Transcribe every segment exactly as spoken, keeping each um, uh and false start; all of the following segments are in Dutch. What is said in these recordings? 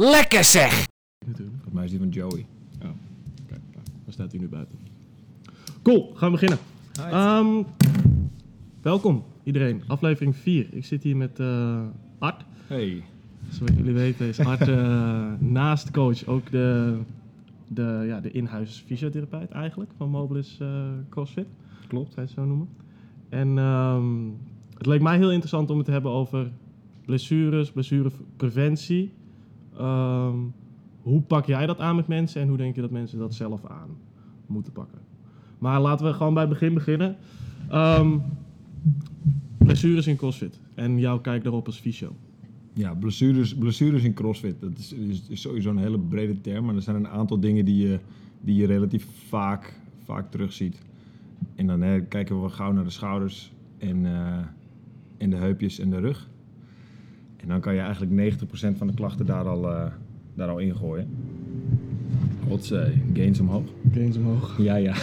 Lekker zeg! Natuurlijk. Volgens mij is die van Joey. Ja, kijk, nou, dan staat hij nu buiten. Cool, gaan we beginnen. Um, welkom iedereen, aflevering vier. Ik zit hier met uh, Art. Hey. Zoals jullie weten is Art uh, naast coach ook de, de, ja, de in-huis fysiotherapeut eigenlijk van Mobilis uh, CrossFit. Klopt. Zou je het zo noemen. En um, het leek mij heel interessant om het te hebben over blessures, blessurepreventie. Um, hoe pak jij dat aan met mensen en hoe denk je dat mensen dat zelf aan moeten pakken? Maar laten we gewoon bij het begin beginnen. Um, blessures in CrossFit en jouw kijk daarop als fysio. Ja, blessures, blessures in CrossFit. Dat is, is, is sowieso een hele brede term, maar er zijn een aantal dingen die je, die je relatief vaak, vaak terugziet. En dan hè, kijken we gauw naar de schouders en, uh, en de heupjes en de rug. En dan kan je eigenlijk negentig procent van de klachten daar al, uh, daar al ingooien. Godzij, gains omhoog. Gains omhoog. Ja, ja.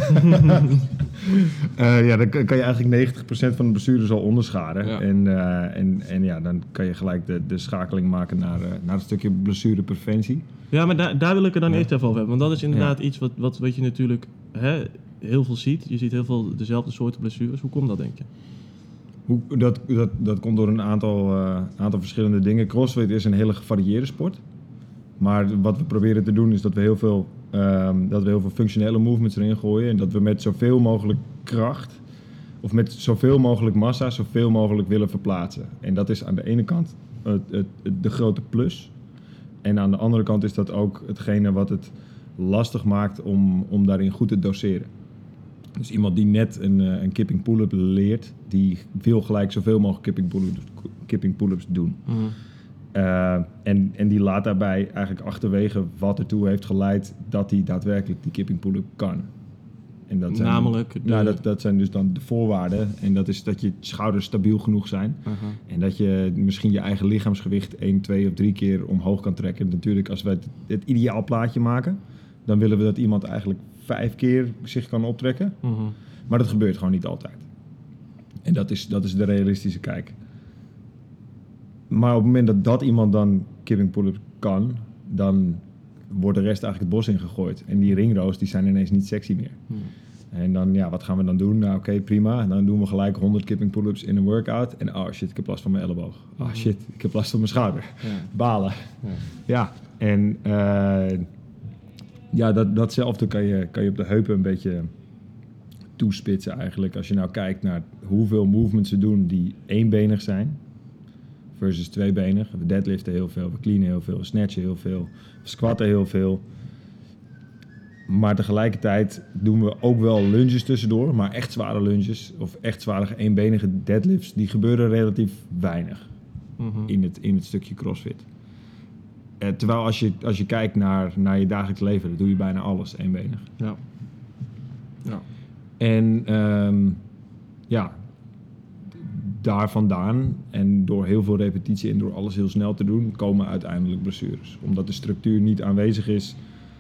uh, ja, dan kan je eigenlijk negentig procent van de blessures al onderscharen. Ja. En, uh, en, en ja, dan kan je gelijk de, de schakeling maken naar, uh, naar het stukje blessurepreventie. Ja, maar daar, daar wil ik het dan Ja. eerst even over hebben. Want dat is inderdaad Ja. iets wat, wat, wat je natuurlijk hè, heel veel ziet. Je ziet heel veel dezelfde soorten blessures. Hoe komt dat, denk je? Hoe, dat, dat, dat komt door een aantal, uh, aantal verschillende dingen. CrossFit is een hele gevarieerde sport. Maar wat we proberen te doen is dat we heel veel, um, dat we heel veel functionele movements erin gooien. En dat we met zoveel mogelijk kracht, of met zoveel mogelijk massa, zoveel mogelijk willen verplaatsen. En dat is aan de ene kant het, het, het, de grote plus. En aan de andere kant is dat ook hetgene wat het lastig maakt om, om daarin goed te doseren. Dus iemand die net een, een kipping pull-up leert, die wil gelijk zoveel mogelijk kipping pull-ups, kipping pull-ups doen. Mm-hmm. Uh, en, en die laat daarbij eigenlijk achterwege wat ertoe heeft geleid dat hij daadwerkelijk die kipping pull-up kan. En dat zijn, Namelijk? De... Nou, dat, dat zijn dus dan de voorwaarden. En dat is dat je schouders stabiel genoeg zijn. Uh-huh. En dat je misschien je eigen lichaamsgewicht één, twee of drie keer omhoog kan trekken. Natuurlijk, als we het, het ideaal plaatje maken, dan willen we dat iemand eigenlijk vijf keer zich kan optrekken. Mm-hmm. Maar dat gebeurt gewoon niet altijd. En dat is, dat is de realistische kijk. Maar op het moment dat dat iemand dan kipping pull-ups kan, dan wordt de rest eigenlijk het bos ingegooid. En die ringrows die zijn ineens niet sexy meer. Hmm. En dan, ja, wat gaan we dan doen? Nou, oké, okay, prima. En dan doen we gelijk honderd kipping pull-ups in een workout. En oh shit, ik heb last van mijn elleboog. Oh shit, ik heb last van mijn schouder. Ja. Balen. Ja. Ja, en uh, ja, dat, datzelfde kan je, kan je op de heupen een beetje toespitsen eigenlijk. Als je nou kijkt naar hoeveel movements ze doen die eenbenig zijn versus tweebenig. We deadliften heel veel, we cleanen heel veel, we snatchen heel veel, we squatten heel veel. Maar tegelijkertijd doen we ook wel lunges tussendoor, maar echt zware lunges of echt zware eenbenige deadlifts, die gebeuren relatief weinig Mm-hmm. in het, in het stukje CrossFit. Uh, terwijl als je, als je kijkt naar, naar je dagelijks leven, dan doe je bijna alles eenbenig. Ja. Ja. En um, ja, daar vandaan en door heel veel repetitie en door alles heel snel te doen, komen uiteindelijk blessures. Omdat de structuur niet aanwezig is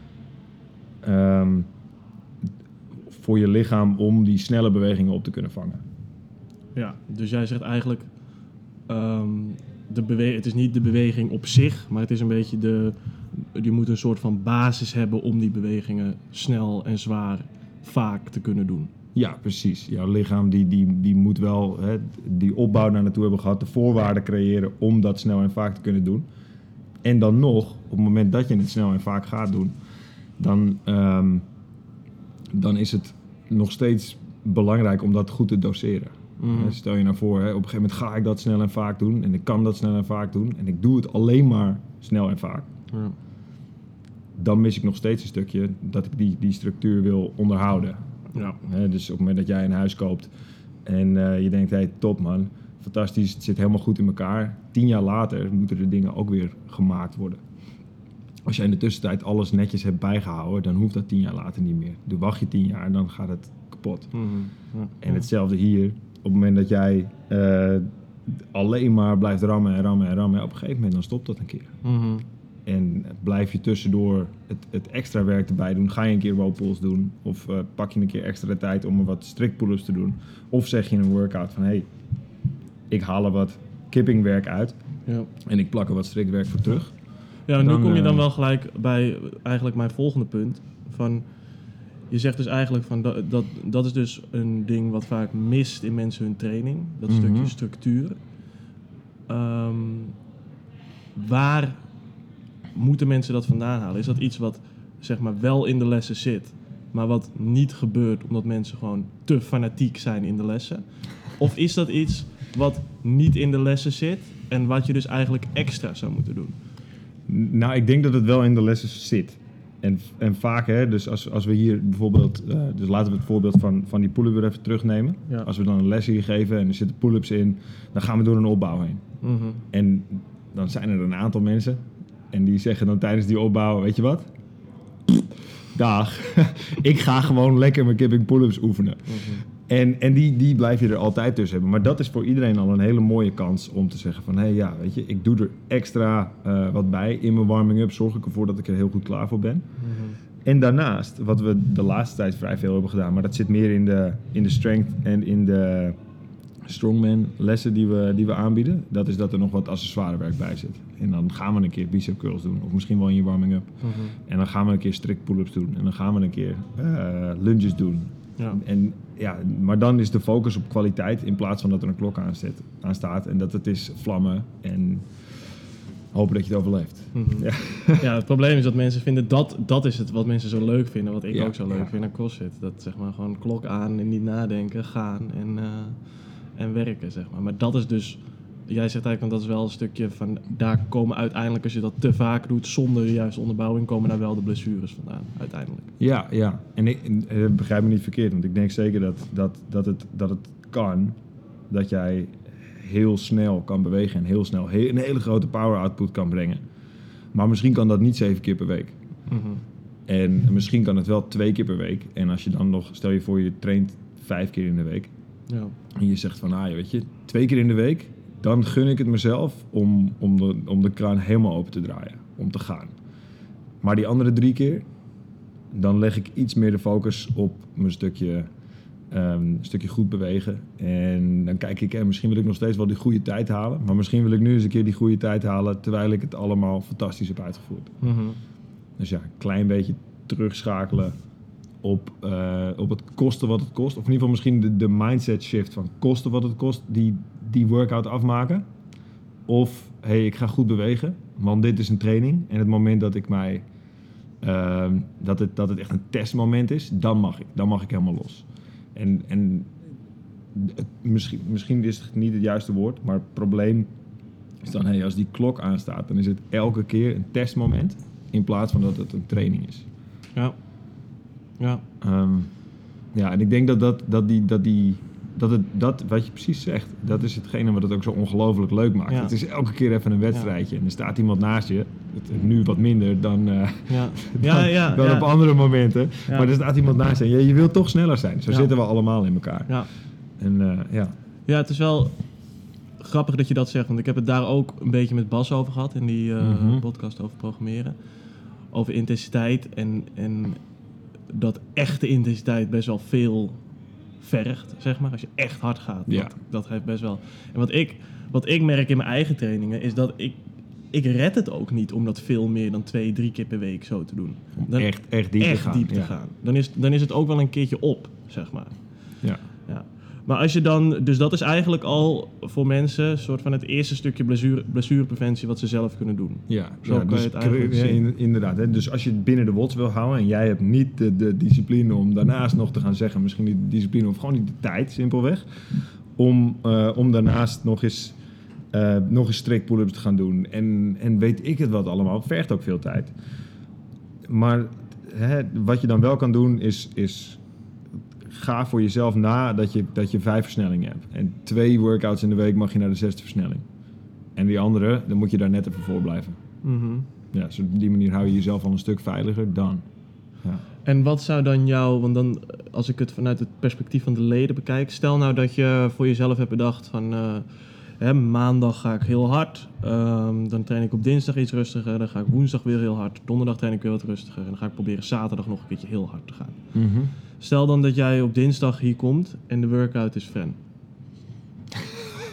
um, voor je lichaam om die snelle bewegingen op te kunnen vangen. Ja, dus jij zegt eigenlijk, um, de bewe- het is niet de beweging op zich, maar het is een beetje de, je moet een soort van basis hebben om die bewegingen snel en zwaar vaak te kunnen doen. Ja, precies. Jouw lichaam die, die, die moet wel hè, die opbouw naar naartoe hebben gehad, de voorwaarden creëren om dat snel en vaak te kunnen doen. En dan nog, op het moment dat je het snel en vaak gaat doen, dan, um, dan is het nog steeds belangrijk om dat goed te doseren. Mm-hmm. Stel je nou voor, hè, op een gegeven moment ga ik dat snel en vaak doen en ik kan dat snel en vaak doen en ik doe het alleen maar snel en vaak. Ja. Dan mis ik nog steeds een stukje dat ik die, die structuur wil onderhouden. Ja. He, dus op het moment dat jij een huis koopt en uh, je denkt, hey, top man, fantastisch, het zit helemaal goed in elkaar. Tien jaar later moeten de dingen ook weer gemaakt worden. Als jij in de tussentijd alles netjes hebt bijgehouden, dan hoeft dat tien jaar later niet meer. Dan wacht je tien jaar en dan gaat het kapot. Mm-hmm. Ja. En hetzelfde hier, op het moment dat jij uh, alleen maar blijft rammen en rammen en rammen, op een gegeven moment dan stopt dat een keer. Mm-hmm. En blijf je tussendoor het, het extra werk erbij doen. Ga je een keer row pulls doen. Of uh, pak je een keer extra tijd om er wat strict pull-ups te doen. Of zeg je in een workout van, hé, hey, ik haal er wat kippingwerk uit. Ja. En ik plak er wat strict werk voor terug. Ja, en nu Dan, kom je dan uh, wel gelijk bij eigenlijk mijn volgende punt. Van, je zegt dus eigenlijk van dat, dat, dat is dus een ding wat vaak mist in mensen hun training. Dat Mm-hmm. stukje structuur. Um, waar moeten mensen dat vandaan halen? Is dat iets wat zeg maar wel in de lessen zit, maar wat niet gebeurt omdat mensen gewoon te fanatiek zijn in de lessen? Of is dat iets wat niet in de lessen zit en wat je dus eigenlijk extra zou moeten doen? Nou, ik denk dat het wel in de lessen zit. En, en vaak, hè, dus als, als we hier bijvoorbeeld, uh, dus laten we het voorbeeld van, van die pull-up weer even terugnemen. Ja. Als we dan een les hier geven en er zitten pull-ups in, dan gaan we door een opbouw heen. Mm-hmm. En dan zijn er een aantal mensen en die zeggen dan tijdens die opbouw, weet je wat? Dag, ik ga gewoon lekker mijn kipping pull-ups oefenen. Mm-hmm. En, en die, die blijf je er altijd tussen hebben. Maar dat is voor iedereen al een hele mooie kans om te zeggen van... hé, hey, ja, weet je, ik doe er extra uh, wat bij in mijn warming-up. Zorg ik ervoor dat ik er heel goed klaar voor ben. Mm-hmm. En daarnaast, wat we de laatste tijd vrij veel hebben gedaan... maar dat zit meer in de, in de strength en in de strongman lessen die we, die we aanbieden. Dat is dat er nog wat accessoirewerk bij zit. En dan gaan we een keer bicep curls doen. Of misschien wel in je warming-up. Mm-hmm. En dan gaan we een keer strict pull-ups doen. En dan gaan we een keer uh, lunges doen. Ja. En, ja, maar dan is de focus op kwaliteit in plaats van dat er een klok aan, zit, aan staat. En dat het is vlammen en hopen dat je het overleeft. Mm-hmm. Ja. Ja, het probleem is dat mensen vinden dat dat is het wat mensen zo leuk vinden, wat ik Ja, ook zo leuk ja. vind aan CrossFit. Dat zeg maar gewoon klok aan en niet nadenken, gaan en, uh, en werken, zeg maar. Maar dat is dus, jij zegt eigenlijk, want dat is wel een stukje van, daar komen uiteindelijk, als je dat te vaak doet zonder de juiste onderbouwing, komen daar wel de blessures vandaan, uiteindelijk. Ja, ja. En ik uh, begrijp me niet verkeerd, want ik denk zeker dat, dat, dat, het, dat het kan dat jij heel snel kan bewegen en heel snel he- een hele grote power output kan brengen. Maar misschien kan dat niet zeven keer per week. Mm-hmm. En misschien kan het wel twee keer per week. En als je dan nog, stel je voor je traint vijf keer in de week. Ja. En je zegt van, ah, weet je, twee keer in de week, dan gun ik het mezelf om, om, de, om de kraan helemaal open te draaien. Om te gaan. Maar die andere drie keer, dan leg ik iets meer de focus op mijn stukje, um, stukje goed bewegen. En dan kijk ik, hè, misschien wil ik nog steeds wel die goede tijd halen. Maar misschien wil ik nu eens een keer die goede tijd halen, terwijl ik het allemaal fantastisch heb uitgevoerd. Mm-hmm. Dus ja, een klein beetje terugschakelen op, uh, op het kosten wat het kost. Of in ieder geval misschien de, de mindset shift van kosten wat het kost, die, die workout afmaken. Of, hé, hey, ik ga goed bewegen, want dit is een training. En het moment dat ik mij, uh, dat, het, dat het echt een testmoment is, dan mag ik. Dan mag ik helemaal los. En, en het, misschien, misschien is het niet het juiste woord, maar het probleem is dan, hey, als die klok aanstaat, dan is het elke keer een testmoment. In plaats van dat het een training is. Ja. Ja. Um, ja, en ik denk dat, dat, dat, die, dat, die, dat, het, dat wat je precies zegt, dat is hetgene wat het ook zo ongelooflijk leuk maakt. Ja. Het is elke keer even een wedstrijdje. Ja. En er staat iemand naast je. Het, nu wat minder dan, uh, Ja. dan, Ja, ja, dan ja. op andere momenten. Ja. Maar er staat iemand naast je. En je, je wilt toch sneller zijn. Zo Ja. zitten we allemaal in elkaar. Ja. En uh, ja. Ja, het is wel grappig dat je dat zegt, want ik heb het daar ook een beetje met Bas over gehad in die uh, Mm-hmm. podcast over programmeren. Over intensiteit en, en dat echte intensiteit best wel veel vergt, zeg maar. Als je echt hard gaat, Ja. dat, dat heeft best wel... En wat ik, wat ik merk in mijn eigen trainingen is dat ik... Ik red het ook niet om dat veel meer dan twee, drie keer per week zo te doen. Om Dan echt, echt diep echt te gaan. diep te ja. gaan. Dan is, dan is het ook wel een keertje op, zeg maar. Ja. Ja. Maar als je dan, dus dat is eigenlijk al voor mensen een soort van het eerste stukje blessure, blessurepreventie wat ze zelf kunnen doen. Ja, Zo ja, kan dus je het eigenlijk ja, zien. in- inderdaad. Hè. Dus als je het binnen de wots wil houden en jij hebt niet de, de discipline om daarnaast nog te gaan zeggen, misschien niet de discipline of gewoon niet de tijd, simpelweg, om, uh, om daarnaast nog eens, uh, nog eens strict pull-ups te gaan doen. En, en weet ik het wat allemaal, het vergt ook veel tijd. Maar hè, wat je dan wel kan doen is, is ga voor jezelf na dat je, dat je vijf versnellingen hebt. En twee workouts in de week mag je naar de zesde versnelling. En die andere, dan moet je daar net even voor blijven. Mm-hmm. Ja, dus op die manier hou je jezelf al een stuk veiliger dan. Ja. En wat zou dan jou, want dan als ik het vanuit het perspectief van de leden bekijk, stel nou dat je voor jezelf hebt bedacht van uh, hè, maandag ga ik heel hard, um, dan train ik op dinsdag iets rustiger, dan ga ik woensdag weer heel hard, donderdag train ik weer wat rustiger en dan ga ik proberen zaterdag nog een keertje heel hard te gaan. Stel dan dat jij op dinsdag hier komt en de workout is Fren.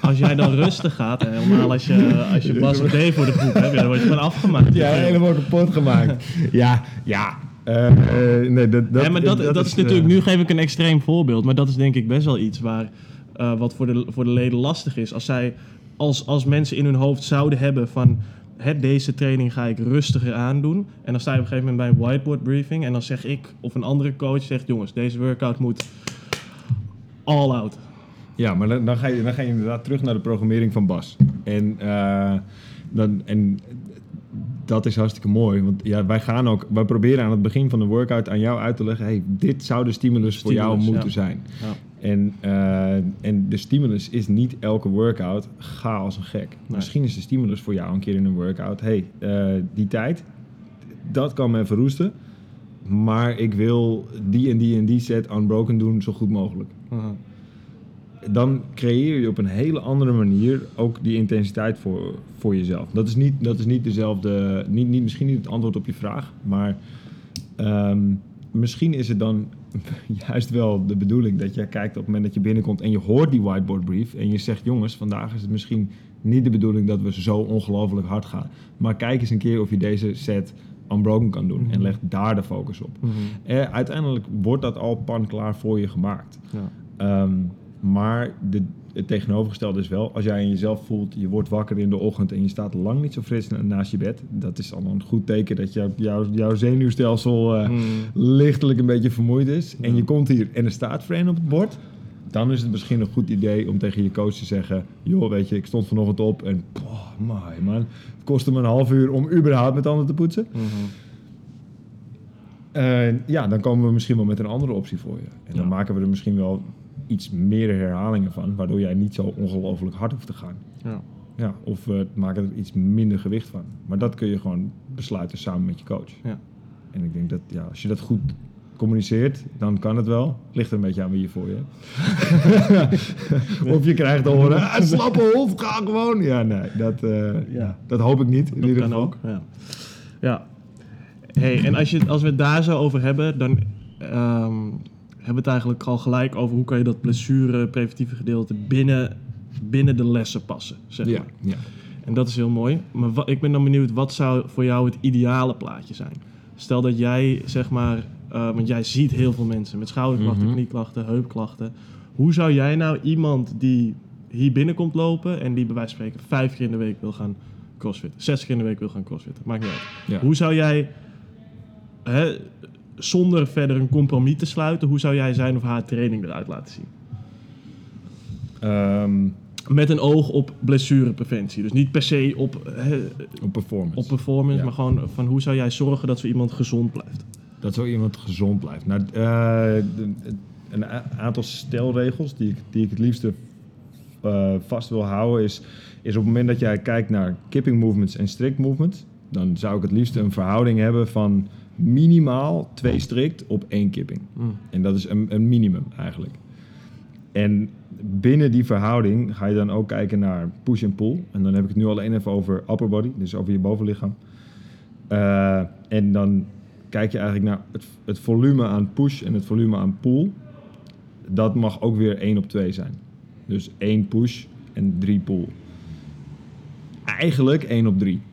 als jij dan rustig gaat, en helemaal als je, als je Bas of D voor de groep hebt, ja, dan word je gewoon afgemaakt. Ja, helemaal kapot gemaakt. ja, ja. Uh, uh, nee, dat, dat, ja, maar dat, dat, dat is, is natuurlijk, uh, nu geef ik een extreem voorbeeld, maar dat is denk ik best wel iets waar, uh, wat voor de, voor de leden lastig is. Als, zij, als, als mensen in hun hoofd zouden hebben van, hè, deze training ga ik rustiger aandoen, en dan sta je op een gegeven moment bij een whiteboard briefing, en dan zeg ik, of een andere coach zegt, jongens, deze workout moet all out. Ja, maar dan, dan, ga je, dan ga je inderdaad terug naar de programmering van Bas. En, uh, dan, en dat is hartstikke mooi. Want ja, wij gaan ook, wij proberen aan het begin van de workout aan jou uit te leggen, hey, dit zou de stimulus, stimulus voor jou moeten ja. zijn. Ja. En, uh, en de stimulus is niet elke workout, ga als een gek. Nee. Misschien is de stimulus voor jou een keer in een workout, hey, uh, die tijd, dat kan me even roesten. Maar ik wil die en die en die set unbroken doen zo goed mogelijk. Uh-huh. Dan creëer je op een hele andere manier ook die intensiteit voor, voor jezelf. Dat is niet, dat is niet dezelfde, niet, niet, misschien niet het antwoord op je vraag, maar um, misschien is het dan juist wel de bedoeling dat jij kijkt op het moment dat je binnenkomt en je hoort die whiteboard brief en je zegt, jongens, vandaag is het misschien niet de bedoeling dat we zo ongelooflijk hard gaan, maar kijk eens een keer of je deze set unbroken kan doen mm-hmm. en leg daar de focus op. Mm-hmm. Eh, uiteindelijk wordt dat al pan klaar voor je gemaakt. Ja. Um, Maar de, het tegenovergestelde is wel, als jij in jezelf voelt, je wordt wakker in de ochtend en je staat lang niet zo fris naast je bed. Dat is al een goed teken dat jou, jou, jouw zenuwstelsel uh, mm. lichtelijk een beetje vermoeid is. Ja. En je komt hier en er staat Fran op het bord. Dan is het misschien een goed idee om tegen je coach te zeggen, joh, weet je, ik stond vanochtend op en poh, my, man, het kostte me een half uur om überhaupt met tanden te poetsen. Mm-hmm. Uh, ja, dan komen we misschien wel met een andere optie voor je. En dan ja. maken we er misschien wel iets meer herhalingen van, waardoor jij niet zo ongelooflijk hard hoeft te gaan. Ja. Ja, of we uh, maken er iets minder gewicht van. Maar dat kun je gewoon besluiten samen met je coach. Ja. En ik denk dat ja, als je dat goed communiceert, dan kan het wel. Ligt er een beetje aan wie je voor je hebt. Of je krijgt te horen, ah, slappe hoofd, ga gewoon. Ja, nee, dat, uh, ja. dat hoop ik niet. In dat ieder geval. Ook, ja. ja. Hey, en als, je, als we het daar zo over hebben, dan Um, hebben we het eigenlijk al gelijk over hoe kan je dat blessure preventieve gedeelte binnen, binnen de lessen passen, zeg maar. Ja, ja. En dat is heel mooi. Maar wa- ik ben dan benieuwd, wat zou voor jou het ideale plaatje zijn? Stel dat jij, zeg maar, uh, want jij ziet heel veel mensen met schouderklachten, mm-hmm. knieklachten, heupklachten. Hoe zou jij nou iemand die hier binnenkomt lopen en die bij wijze van spreken vijf keer in de week wil gaan crossfitten, zes keer in de week wil gaan crossfitten, maakt niet uit. Ja. Hoe zou jij, hè, zonder verder een compromis te sluiten, hoe zou jij zijn of haar training eruit laten zien? Um, Met een oog op blessurepreventie. Dus niet per se op, he, op performance, op performance ja. maar gewoon van hoe zou jij zorgen dat zo iemand gezond blijft? Dat zo iemand gezond blijft. Nou, uh, de, een aantal stelregels die ik, die ik het liefste uh, vast wil houden is, is op het moment dat jij kijkt naar kipping movements en strict movements, dan zou ik het liefst een verhouding hebben van minimaal twee strikt op één kipping. Mm. En dat is een, een minimum eigenlijk. En binnen die verhouding ga je dan ook kijken naar push en pull. En dan heb ik het nu alleen even over upper body, dus over je bovenlichaam. Uh, en dan kijk je eigenlijk naar het, het volume aan push en het volume aan pull. Dat mag ook weer één op twee zijn. Dus één push en drie pull. Eigenlijk één op drie.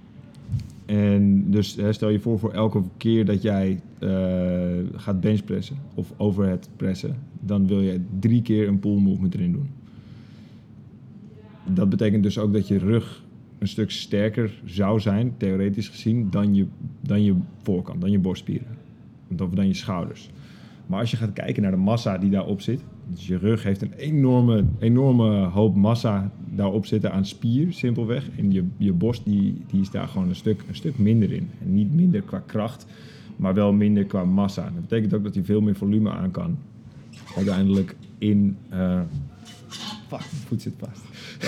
En dus stel je voor voor elke keer dat jij uh, gaat benchpressen of overhead pressen, dan wil je drie keer een pull movement erin doen. Dat betekent dus ook dat je rug een stuk sterker zou zijn, theoretisch gezien, dan je, dan je voorkant, dan je borstspieren. Of dan je schouders. Maar als je gaat kijken naar de massa die daarop zit, dus je rug heeft een enorme, enorme hoop massa daarop zitten aan spier, simpelweg. En je, je borst die, die is daar gewoon een stuk, een stuk minder in. En niet minder qua kracht, maar wel minder qua massa. Dat betekent ook dat hij veel meer volume aan kan. Uiteindelijk in... Uh... Fuck, mijn voet zit vast.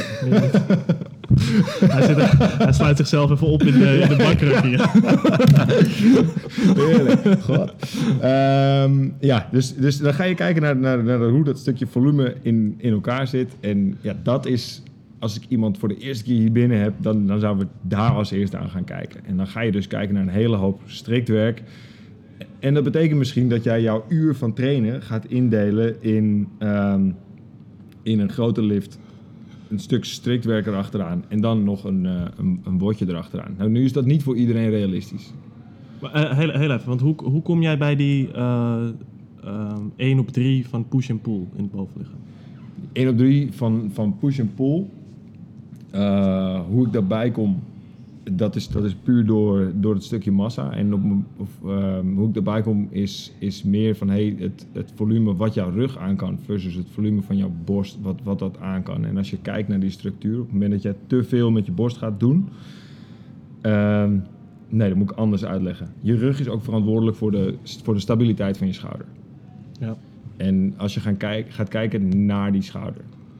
hij, zit er, hij sluit zichzelf even op in de, in de bakrug hier. Heerlijk, god. Um, ja, dus, dus dan ga je kijken naar, naar, naar hoe dat stukje volume in, in elkaar zit. En ja, dat is, als ik iemand voor de eerste keer hier binnen heb, dan, dan zouden we daar als eerste aan gaan kijken. En dan ga je dus kijken naar een hele hoop strikt werk. En dat betekent misschien dat jij jouw uur van trainen gaat indelen in, um, in een grote lift, een stuk striktwerk erachteraan en dan nog een, uh, een, een bordje erachteraan. Nou, nu is dat niet voor iedereen realistisch. Maar, uh, heel, heel even, want hoe, hoe kom jij bij die uh, uh, één op drie van push en pull in het bovenlichaam? één op drie van, van push en pull. Uh, hoe ik daarbij kom, dat is, dat is puur door, door het stukje massa. En op, of, uh, hoe ik daarbij kom is, is meer van hey, het, het volume wat jouw rug aan kan versus het volume van jouw borst, wat, wat dat aan kan. En als je kijkt naar die structuur, op het moment dat jij te veel met je borst gaat doen, uh, nee, dat moet ik anders uitleggen. Je rug is ook verantwoordelijk voor de, voor de stabiliteit van je schouder. Ja. En als je gaan kijk, gaat kijken naar die schouder,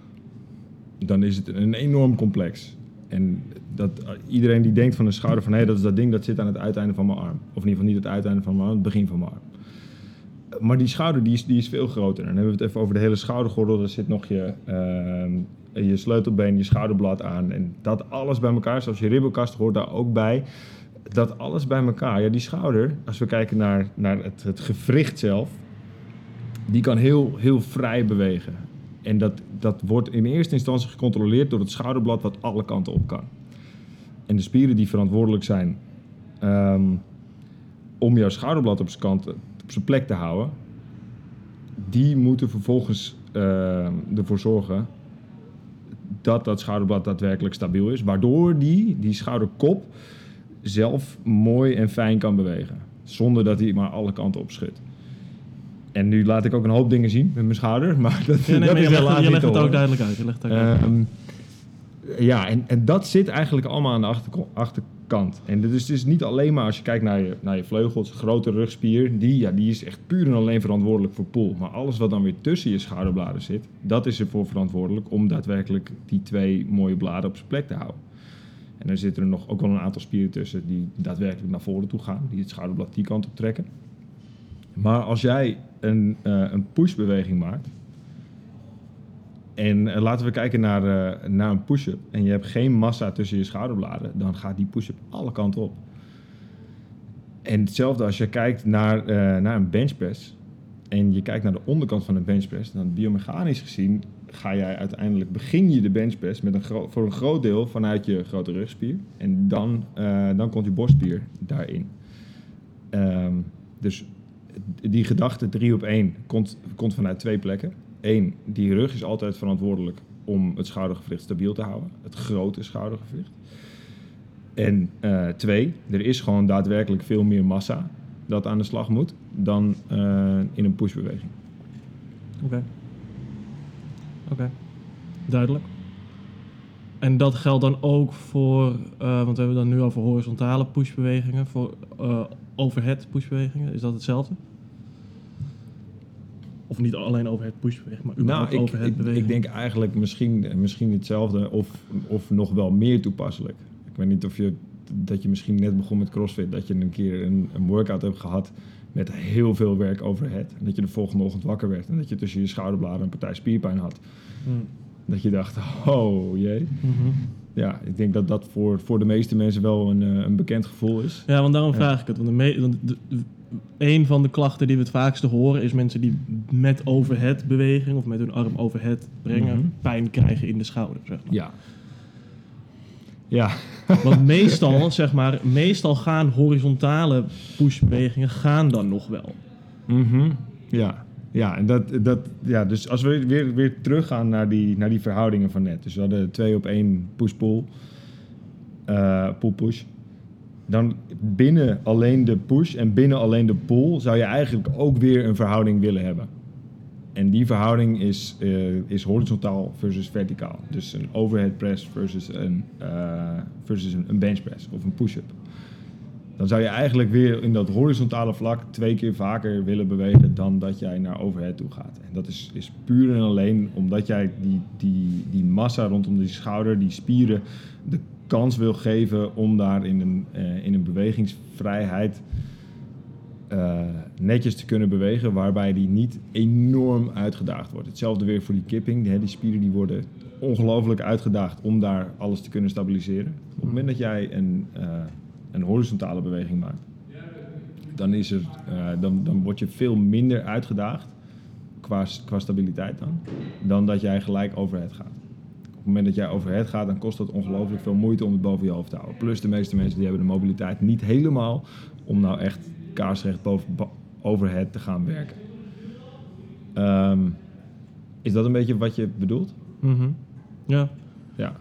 dan is het een enorm complex. En dat, iedereen die denkt van een schouder van hé, hey, dat is dat ding dat zit aan het uiteinde van mijn arm. Of in ieder geval niet het uiteinde van mijn arm, het begin van mijn arm. Maar die schouder die is, die is veel groter. En dan hebben we het even over de hele schoudergordel. Daar zit nog je, uh, je sleutelbeen, je schouderblad aan. En dat alles bij elkaar, zoals je ribbenkast hoort daar ook bij. Dat alles bij elkaar. Ja, die schouder, als we kijken naar, naar het, het gewricht zelf, die kan heel, heel vrij bewegen. En dat, dat wordt in eerste instantie gecontroleerd door het schouderblad wat alle kanten op kan. En de spieren die verantwoordelijk zijn um, om jouw schouderblad op zijn kant, op zijn plek te houden, die moeten vervolgens uh, ervoor zorgen dat dat schouderblad daadwerkelijk stabiel is, waardoor die, die schouderkop zelf mooi en fijn kan bewegen, zonder dat hij maar alle kanten op schudt. En nu laat ik ook een hoop dingen zien met mijn schouder, maar dat, ja, nee, dat maar is je helaas legt, je niet legt te het ook horen. duidelijk uit. Je legt het ook duidelijk Um, ja, en, en dat zit eigenlijk allemaal aan de achterko- achterkant. En dit is dus niet alleen maar als je kijkt naar je, naar je vleugels, grote rugspier, die, ja, die is echt puur en alleen verantwoordelijk voor pull. Maar alles wat dan weer tussen je schouderbladen zit, dat is ervoor verantwoordelijk om daadwerkelijk die twee mooie bladen op zijn plek te houden. En dan zitten er nog ook wel een aantal spieren tussen die daadwerkelijk naar voren toe gaan, die het schouderblad die kant op trekken. Maar als jij een, uh, een pushbeweging maakt, en uh, laten we kijken naar, uh, naar een push-up, en je hebt geen massa tussen je schouderbladen, dan gaat die push-up alle kanten op. En hetzelfde als je kijkt naar, uh, naar een benchpress, en je kijkt naar de onderkant van een benchpress, dan biomechanisch gezien ga jij uiteindelijk, begin je de benchpress met een gro- voor een groot deel vanuit je grote rugspier, en dan, uh, dan komt je borstspier daarin. Um, dus die gedachte drie op één komt, komt vanuit twee plekken. Eén, die rug is altijd verantwoordelijk om het schoudergewricht stabiel te houden. Het grote schoudergewricht. En uh, twee, er is gewoon daadwerkelijk veel meer massa dat aan de slag moet dan uh, in een pushbeweging. Oké. Okay. Oké. Okay. Duidelijk. En dat geldt dan ook voor, uh, want we hebben dan nu over horizontale pushbewegingen, voor uh, overhead pushbewegingen. Is dat hetzelfde? Of niet alleen overhead pushbeweging, maar überhaupt nou, ik, overhead ik, beweging? ik denk eigenlijk misschien, misschien hetzelfde of, of nog wel meer toepasselijk. Ik weet niet of je, dat je misschien net begon met CrossFit, dat je een keer een, een workout hebt gehad met heel veel werk overhead. En dat je de volgende ochtend wakker werd en dat je tussen je schouderbladen een partij spierpijn had. Hmm. Dat je dacht, oh jee. Mm-hmm. Ja, ik denk dat dat voor, voor de meeste mensen wel een, een bekend gevoel is. Ja, want daarom vraag ja. ik het. Want, de me, want de, de, een van de klachten die we het vaakste horen is mensen die met overhead beweging of met hun arm overhead brengen, mm-hmm. pijn krijgen in de schouder, zeg maar. Ja. Ja. Want meestal, zeg maar, meestal gaan horizontale pushbewegingen gaan dan nog wel. Mm-hmm. Ja. Ja, en dat, dat, ja, dus als we weer, weer teruggaan naar die, naar die verhoudingen van net. Dus we hadden twee op één push-pull, uh, pull-push. Dan binnen alleen de push en binnen alleen de pull zou je eigenlijk ook weer een verhouding willen hebben. En die verhouding is, uh, is horizontaal versus verticaal. Dus een overhead press versus een, uh, versus een, een bench press of een push-up. Dan zou je eigenlijk weer in dat horizontale vlak twee keer vaker willen bewegen dan dat jij naar overhead toe gaat. En dat is, is puur en alleen omdat jij die, die, die massa rondom die schouder, die spieren, de kans wil geven om daar in een, uh, in een bewegingsvrijheid uh, netjes te kunnen bewegen, waarbij die niet enorm uitgedaagd wordt. Hetzelfde weer voor die kipping. Die, die spieren die worden ongelooflijk uitgedaagd om daar alles te kunnen stabiliseren. Op het moment dat jij een... Uh, een horizontale beweging maakt, dan, is er, uh, dan, dan word je veel minder uitgedaagd qua, qua stabiliteit dan, dan dat jij gelijk overhead gaat. het moment dat jij overhead gaat, dan kost dat ongelooflijk veel moeite om het boven je hoofd te houden. Plus de meeste mensen die hebben de mobiliteit niet helemaal om nou echt kaarsrecht boven bo- overhead te gaan werken. Um, is dat een beetje wat je bedoelt? Mm-hmm. Ja. Ja.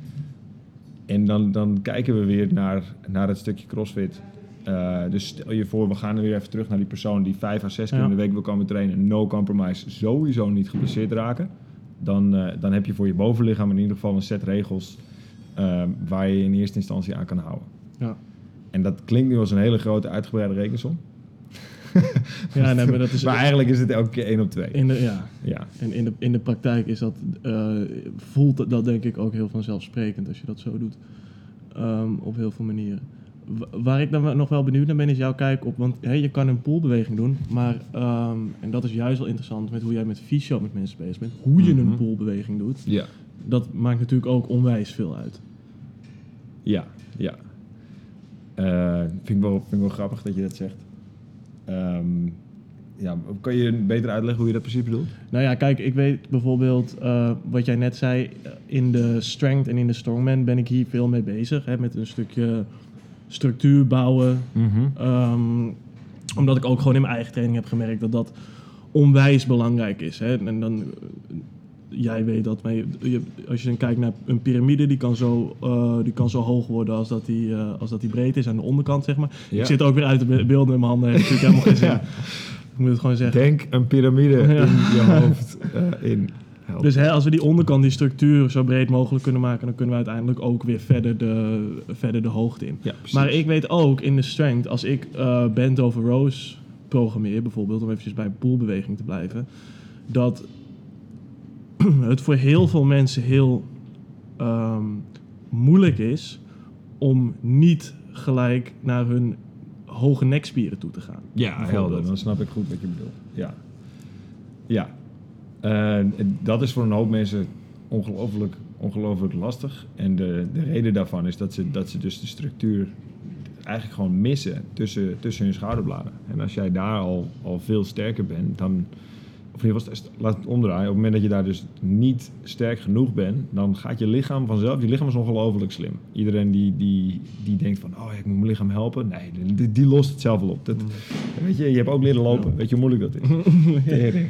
En dan, dan kijken we weer naar, naar het stukje CrossFit. Uh, dus stel je voor, we gaan er weer even terug naar die persoon die vijf à zes keer Ja. in de week wil komen trainen. No compromise, sowieso niet geblesseerd raken. Dan, uh, dan heb je voor je bovenlichaam in ieder geval een set regels uh, waar je in eerste instantie aan kan houden. Ja. En dat klinkt nu als een hele grote uitgebreide rekensom. Ja, nee, maar dat is... maar eigenlijk is het elke keer één op twee. In de, ja. Ja. En in de, in de praktijk is dat, uh, voelt dat denk ik ook heel vanzelfsprekend als je dat zo doet. Um, op heel veel manieren. W- waar ik dan nog wel benieuwd naar ben, is jouw kijk op... Want hey, je kan een poolbeweging doen, maar... Um, en dat is juist wel interessant met hoe jij met fysio met mensen bezig bent. Hoe je Mm-hmm. een poolbeweging doet. Ja. Dat maakt natuurlijk ook onwijs veel uit. Ja, ja. Uh, vind, ik wel, vind ik wel grappig dat je dat zegt. Um, ja, kan je beter uitleggen hoe je dat precies bedoelt? Nou ja, kijk, ik weet bijvoorbeeld uh, wat jij net zei. In de strength en in de strongman ben ik hier veel mee bezig. Hè, met een stukje structuur bouwen. Mm-hmm. Um, omdat ik ook gewoon in mijn eigen training heb gemerkt dat dat onwijs belangrijk is. Hè. En dan, uh, jij weet dat, maar je, je, als je dan kijkt naar een piramide, die kan zo, uh, die kan zo hoog worden als dat die, uh, als dat die breed is aan de onderkant, zeg maar. Ja. Ik zit ook weer uit de beelden in mijn handen, heeft natuurlijk helemaal geen zin. Ja. Ik moet het gewoon zeggen. Denk een piramide Ja. in je hoofd uh, in. Help. Dus hè, als we die onderkant, die structuur zo breed mogelijk kunnen maken, dan kunnen we uiteindelijk ook weer verder de, verder de hoogte in. Ja, precies. Maar ik weet ook in de strength, als ik uh, bend over rows programmeer, bijvoorbeeld, om eventjes bij een poolbeweging te blijven, dat het voor heel veel mensen heel um, moeilijk is om niet gelijk naar hun hoge nekspieren toe te gaan. Ja, helder. Dan snap ik goed wat je bedoelt. Ja. Ja. Uh, dat is voor een hoop mensen ongelooflijk, ongelooflijk lastig. En de, de reden daarvan is dat ze, dat ze dus de structuur eigenlijk gewoon missen tussen, tussen hun schouderbladen. En als jij daar al, al veel sterker bent, dan... Of in ieder geval, laat het omdraaien. Op het moment dat je daar dus niet sterk genoeg bent, dan gaat je lichaam vanzelf... Je lichaam is ongelooflijk slim. Iedereen die, die, die denkt van, oh, ik moet mijn lichaam helpen. Nee, die, die lost het zelf wel op. Dat, mm. Weet je, je hebt ook leren lopen. Ja. Weet je hoe moeilijk dat is? Tering.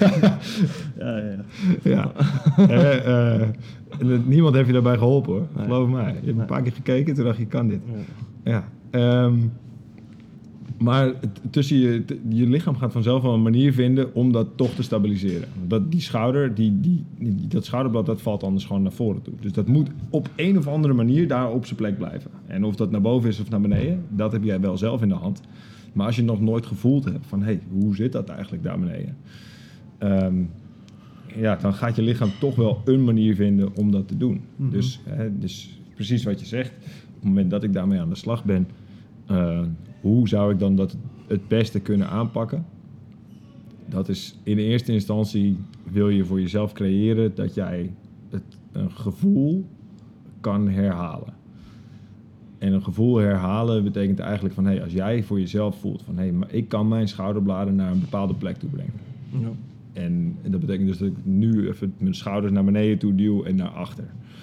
Ja, ja, ja. ja. uh, uh, niemand heeft je daarbij geholpen, hoor. Nee. Geloof mij. Je hebt nee. een paar keer gekeken, toen dacht je, kan dit. Ja. ja. Um, Maar tussen je, je lichaam gaat vanzelf wel een manier vinden om dat toch te stabiliseren. Dat, die schouder, die, die, die, dat schouderblad, dat valt anders gewoon naar voren toe. Dus dat moet op een of andere manier daar op zijn plek blijven. En of dat naar boven is of naar beneden, dat heb jij wel zelf in de hand. Maar als je nog nooit gevoeld hebt van, hé, hey, hoe zit dat eigenlijk daar beneden? Um, ja, dan gaat je lichaam toch wel een manier vinden om dat te doen. Mm-hmm. Dus, hè, dus precies wat je zegt, op het moment dat ik daarmee aan de slag ben... Uh, hoe zou ik dan dat het beste kunnen aanpakken? Dat is in eerste instantie wil je voor jezelf creëren dat jij het, een gevoel kan herhalen. En een gevoel herhalen betekent eigenlijk van, hey, als jij voor jezelf voelt van, hey, maar ik kan mijn schouderbladen naar een bepaalde plek toe brengen. Ja. En, en dat betekent dus dat ik nu even mijn schouders naar beneden toe duw en naar achter.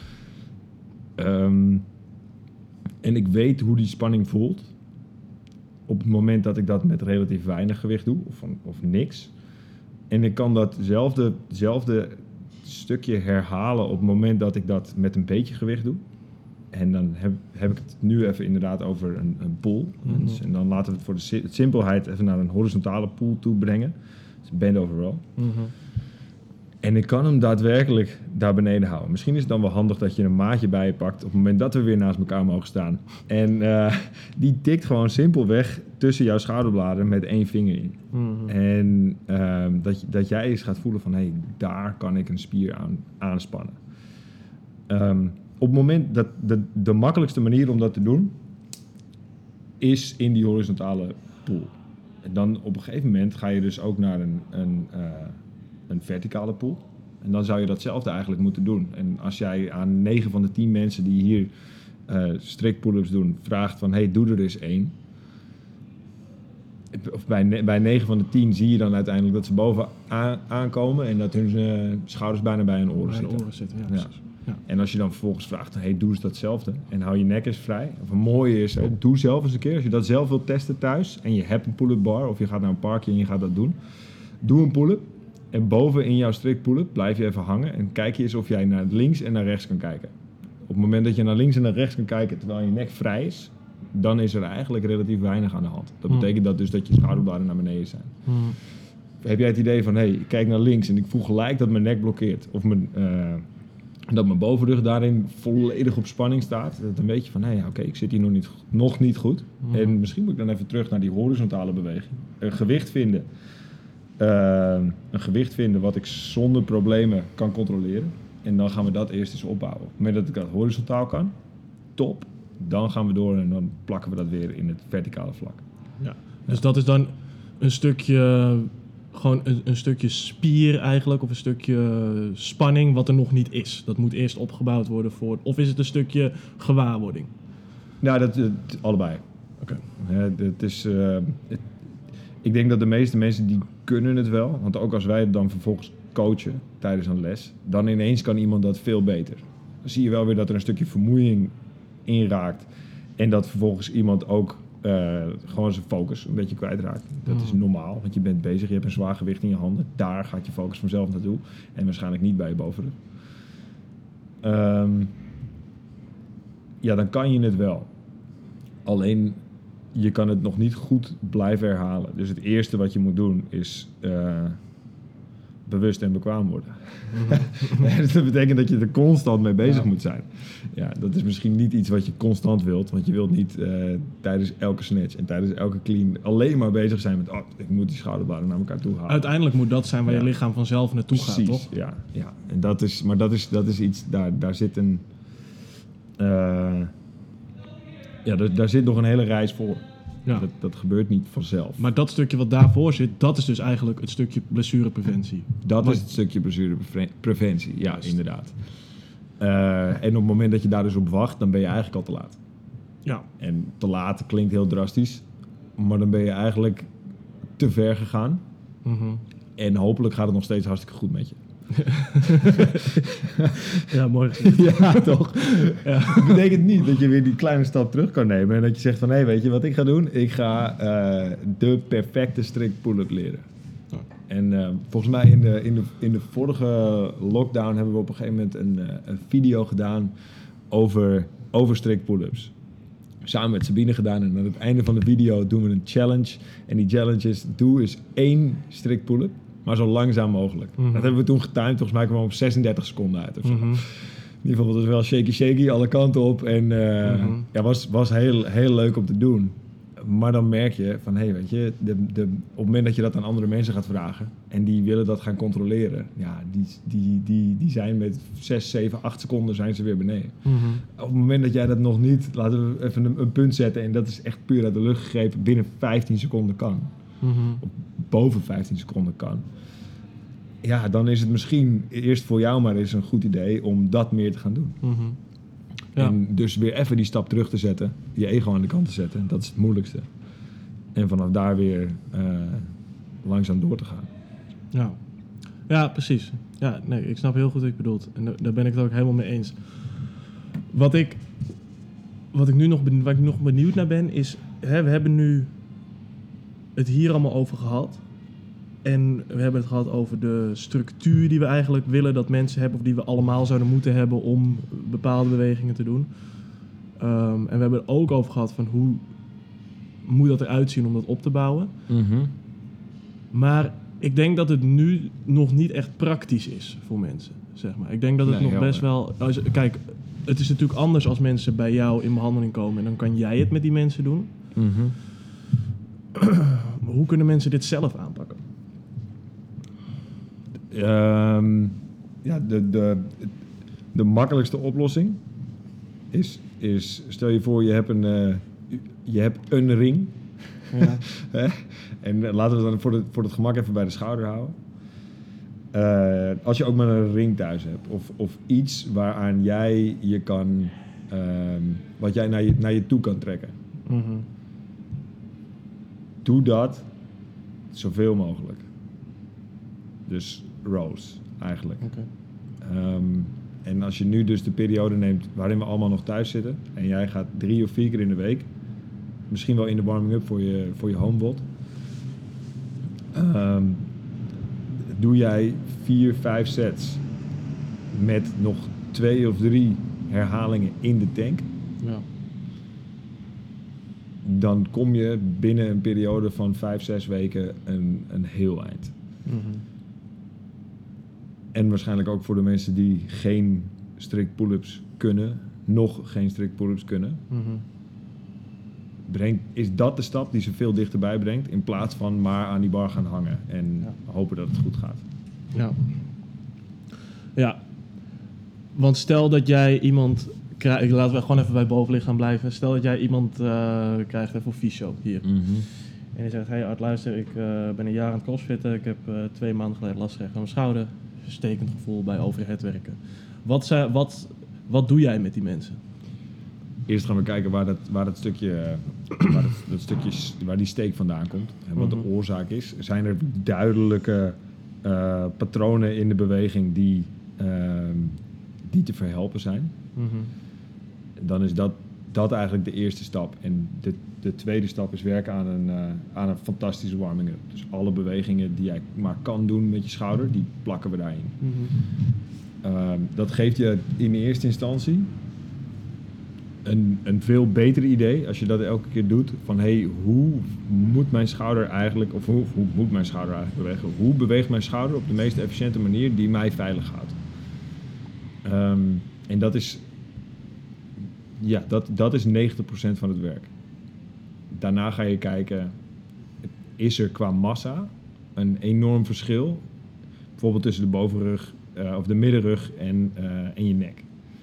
Um, en ik weet hoe die spanning voelt. Op het moment dat ik dat met relatief weinig gewicht doe, of, of niks. En ik kan datzelfde, datzelfde stukje herhalen op het moment dat ik dat met een beetje gewicht doe. En dan heb, heb ik het nu even inderdaad over een, een pool. Mm-hmm. Dus, en dan laten we het voor de si- simpelheid even naar een horizontale pool toe brengen. Dus bend over row. Mm-hmm. En ik kan hem daadwerkelijk daar beneden houden. Misschien is het dan wel handig dat je een maatje bij je pakt... op het moment dat we weer naast elkaar mogen staan. En uh, die tikt gewoon simpelweg tussen jouw schouderbladen met één vinger in. Mm-hmm. En uh, dat, dat jij eens gaat voelen van... hé, hey, daar kan ik een spier aan aanspannen. Um, op het moment dat de, de makkelijkste manier om dat te doen... is in die horizontale pool. En dan op een gegeven moment ga je dus ook naar een... een uh, een verticale pool. En dan zou je datzelfde eigenlijk moeten doen. En als jij aan negen van de tien mensen die hier uh, strict pull-ups doen, vraagt van, hey, doe er eens één. Of bij, ne- bij negen van de tien zie je dan uiteindelijk dat ze boven aan- aankomen en dat hun uh, schouders bijna bij hun oren bij zitten. Oren zitten ja, ja. Ja. En als je dan vervolgens vraagt, hey, doe eens datzelfde en hou je nek eens vrij. Of een mooie is, hè, doe zelf eens een keer. Als je dat zelf wilt testen thuis en je hebt een pull-up bar of je gaat naar een parkje en je gaat dat doen. Doe een pull-up en boven in jouw strict pull-up blijf je even hangen en kijk je eens of jij naar links en naar rechts kan kijken. Op het moment dat je naar links en naar rechts kan kijken terwijl je nek vrij is, dan is er eigenlijk relatief weinig aan de hand. Dat Hmm. betekent dat dus dat je schouderbladen naar beneden zijn. Hmm. Heb jij het idee van, hé, hey, ik kijk naar links en ik voel gelijk dat mijn nek blokkeert. Of mijn, uh, dat mijn bovenrug daarin volledig op spanning staat. Dan weet je van, hé, hey, oké, okay, ik zit hier nog niet, nog niet goed. Hmm. En misschien moet ik dan even terug naar die horizontale beweging. Een gewicht vinden. Uh, een gewicht vinden wat ik zonder problemen kan controleren. En dan gaan we dat eerst eens opbouwen. Op het moment dat ik dat horizontaal kan, top. Dan gaan we door en dan plakken we dat weer in het verticale vlak. Ja. Dus dat is dan een stukje, gewoon een, een stukje spier eigenlijk, of een stukje spanning wat er nog niet is. Dat moet eerst opgebouwd worden voor, of is het een stukje gewaarwording? Nou, dat, dat allebei. Oké. Okay. Uh, het is, uh, het, ik denk dat de meeste mensen die kunnen het wel, want ook als wij het dan vervolgens coachen tijdens een les, dan ineens kan iemand dat veel beter. Dan zie je wel weer dat er een stukje vermoeiing inraakt en dat vervolgens iemand ook uh, gewoon zijn focus een beetje kwijtraakt. Dat mm. is normaal, want je bent bezig, je hebt een zwaar gewicht in je handen. Daar gaat je focus vanzelf naartoe en waarschijnlijk niet bij je bovenrug. Um, ja, dan kan je het wel. Alleen, je kan het nog niet goed blijven herhalen. Dus het eerste wat je moet doen is uh, bewust en bekwaam worden. Mm-hmm. Dus dat betekent dat je er constant mee bezig ja. moet zijn. Ja, dat is misschien niet iets wat je constant wilt. Want je wilt niet uh, tijdens elke snatch en tijdens elke clean alleen maar bezig zijn met... oh, ik moet die schouderbladen naar elkaar toe halen. Uiteindelijk moet dat zijn waar ja. je lichaam vanzelf naartoe Precies, gaat, toch? Ja, ja. En dat is, maar dat is, dat is iets, daar, daar zit een... Uh, ja, daar, daar zit nog een hele reis voor. Ja. Dat, dat gebeurt niet vanzelf. Maar dat stukje wat daarvoor zit, dat is dus eigenlijk het stukje blessurepreventie. Dat maar... is het stukje blessurepreventie, ja, Juist. Inderdaad. Uh, en op het moment dat je daar dus op wacht, dan ben je eigenlijk al te laat. Ja. En te laat klinkt heel drastisch, maar dan ben je eigenlijk te ver gegaan. Mm-hmm. En hopelijk gaat het nog steeds hartstikke goed met je. Ja, mooi. Ja, toch? Ja. Dat betekent niet dat je weer die kleine stap terug kan nemen en dat je zegt van, hé, hey, weet je wat ik ga doen? Ik ga uh, de perfecte strict pull-up leren. Oh. En uh, volgens mij in de, in, de, in de vorige lockdown hebben we op een gegeven moment een, uh, een video gedaan over, over strict pull-ups. Samen met Sabine gedaan en aan het einde van de video doen we een challenge. En die challenge is, doe eens één strict pull-up. Maar zo langzaam mogelijk. Mm-hmm. Dat hebben we toen getimed. Volgens mij kwamen we op zesendertig seconden uit. Of zo. Mm-hmm. In ieder geval, dat was wel shaky shaky, alle kanten op. En uh, mm-hmm. ja, was, was heel, heel leuk om te doen. Maar dan merk je van, hé, hey, weet je, de, de, op het moment dat je dat aan andere mensen gaat vragen en die willen dat gaan controleren, ja, die, die, die, die zijn met zes, zeven, acht seconden zijn ze weer beneden. Mm-hmm. Op het moment dat jij dat nog niet, laten we even een, een punt zetten en dat is echt puur uit de lucht gegrepen, binnen vijftien seconden kan. Mm-hmm. Of boven vijftien seconden kan. Ja, dan is het misschien eerst voor jou maar eens een goed idee om dat meer te gaan doen. Mm-hmm. Ja. En dus weer even die stap terug te zetten, je ego aan de kant te zetten, dat is het moeilijkste. En vanaf daar weer uh, langzaam door te gaan. Ja, ja precies. Ja, nee, ik snap heel goed wat ik bedoelt. En daar ben ik het ook helemaal mee eens. Wat ik, wat ik nu nog, waar ik nog benieuwd naar ben, is, hè, we hebben nu het hier allemaal over gehad. En we hebben het gehad over de structuur die we eigenlijk willen dat mensen hebben, of die we allemaal zouden moeten hebben om bepaalde bewegingen te doen. Um, en we hebben het ook over gehad van hoe moet dat eruit zien om dat op te bouwen. Mm-hmm. Maar ik denk dat het nu nog niet echt praktisch is voor mensen, zeg maar. Ik denk dat het nee, nog best wel... Als, kijk, het is natuurlijk anders als mensen bij jou in behandeling komen en dan kan jij het met die mensen doen. Mm-hmm. Maar hoe kunnen mensen dit zelf aanpakken? Um, ja, de, de, de makkelijkste oplossing is, is... Stel je voor, je hebt een, uh, je hebt een ring. Ja. En laten we het dan voor, de, voor het gemak even bij de schouder houden. Uh, als je ook maar een ring thuis hebt. Of, of iets waaraan jij je kan... Uh, wat jij naar je, naar je toe kan trekken. Mm-hmm. Doe dat zoveel mogelijk. Dus rows, eigenlijk. Okay. Um, En als je nu dus de periode neemt waarin we allemaal nog thuis zitten en jij gaat drie of vier keer in de week, misschien wel in de warming-up voor je, voor je homebot, um, doe jij vier, vijf sets met nog twee of drie herhalingen in de tank, Ja. dan kom je binnen een periode van vijf, zes weken een, een heel eind. Mm-hmm. En waarschijnlijk ook voor de mensen die geen strict pull-ups kunnen, nog geen strict pull-ups kunnen. Mm-hmm. Brengt, is dat de stap die ze veel dichterbij brengt, in plaats van maar aan die bar gaan hangen en Ja. hopen dat het goed gaat. Ja. Ja. Want stel dat jij iemand krijgt, laten we gewoon even bij bovenlichaam blijven. Stel dat jij iemand uh, krijgt voor fysio hier. Mm-hmm. En je zegt, hey Art, luister, ik uh, ben een jaar aan het crossfitten. Ik heb uh, twee maanden geleden last gekregen van mijn schouder. Stekend gevoel bij overhead werken. Wat, uh, wat, wat doe jij met die mensen? Eerst gaan we kijken waar dat, waar dat stukje, waar, dat, dat stukje, waar die steek vandaan komt en wat de Mm-hmm. oorzaak is. Zijn er duidelijke uh, patronen in de beweging die, uh, die te verhelpen zijn? Mm-hmm. Dan is dat, dat eigenlijk de eerste stap. En de, de tweede stap is werken aan een, uh, aan een fantastische warming-up. Dus alle bewegingen die jij maar kan doen met je schouder, die plakken we daarin. Mm-hmm. Uh, dat geeft je in eerste instantie een, een veel beter idee als je dat elke keer doet. Van hey, hoe moet mijn schouder eigenlijk, of hoe, hoe moet mijn schouder eigenlijk bewegen? Hoe beweegt mijn schouder op de meest efficiënte manier die mij veilig houdt? Um, en dat is, ja, dat, dat is negentig procent van het werk. Daarna ga je kijken, is er qua massa een enorm verschil? Bijvoorbeeld tussen de bovenrug uh, of de middenrug en, uh, en je nek.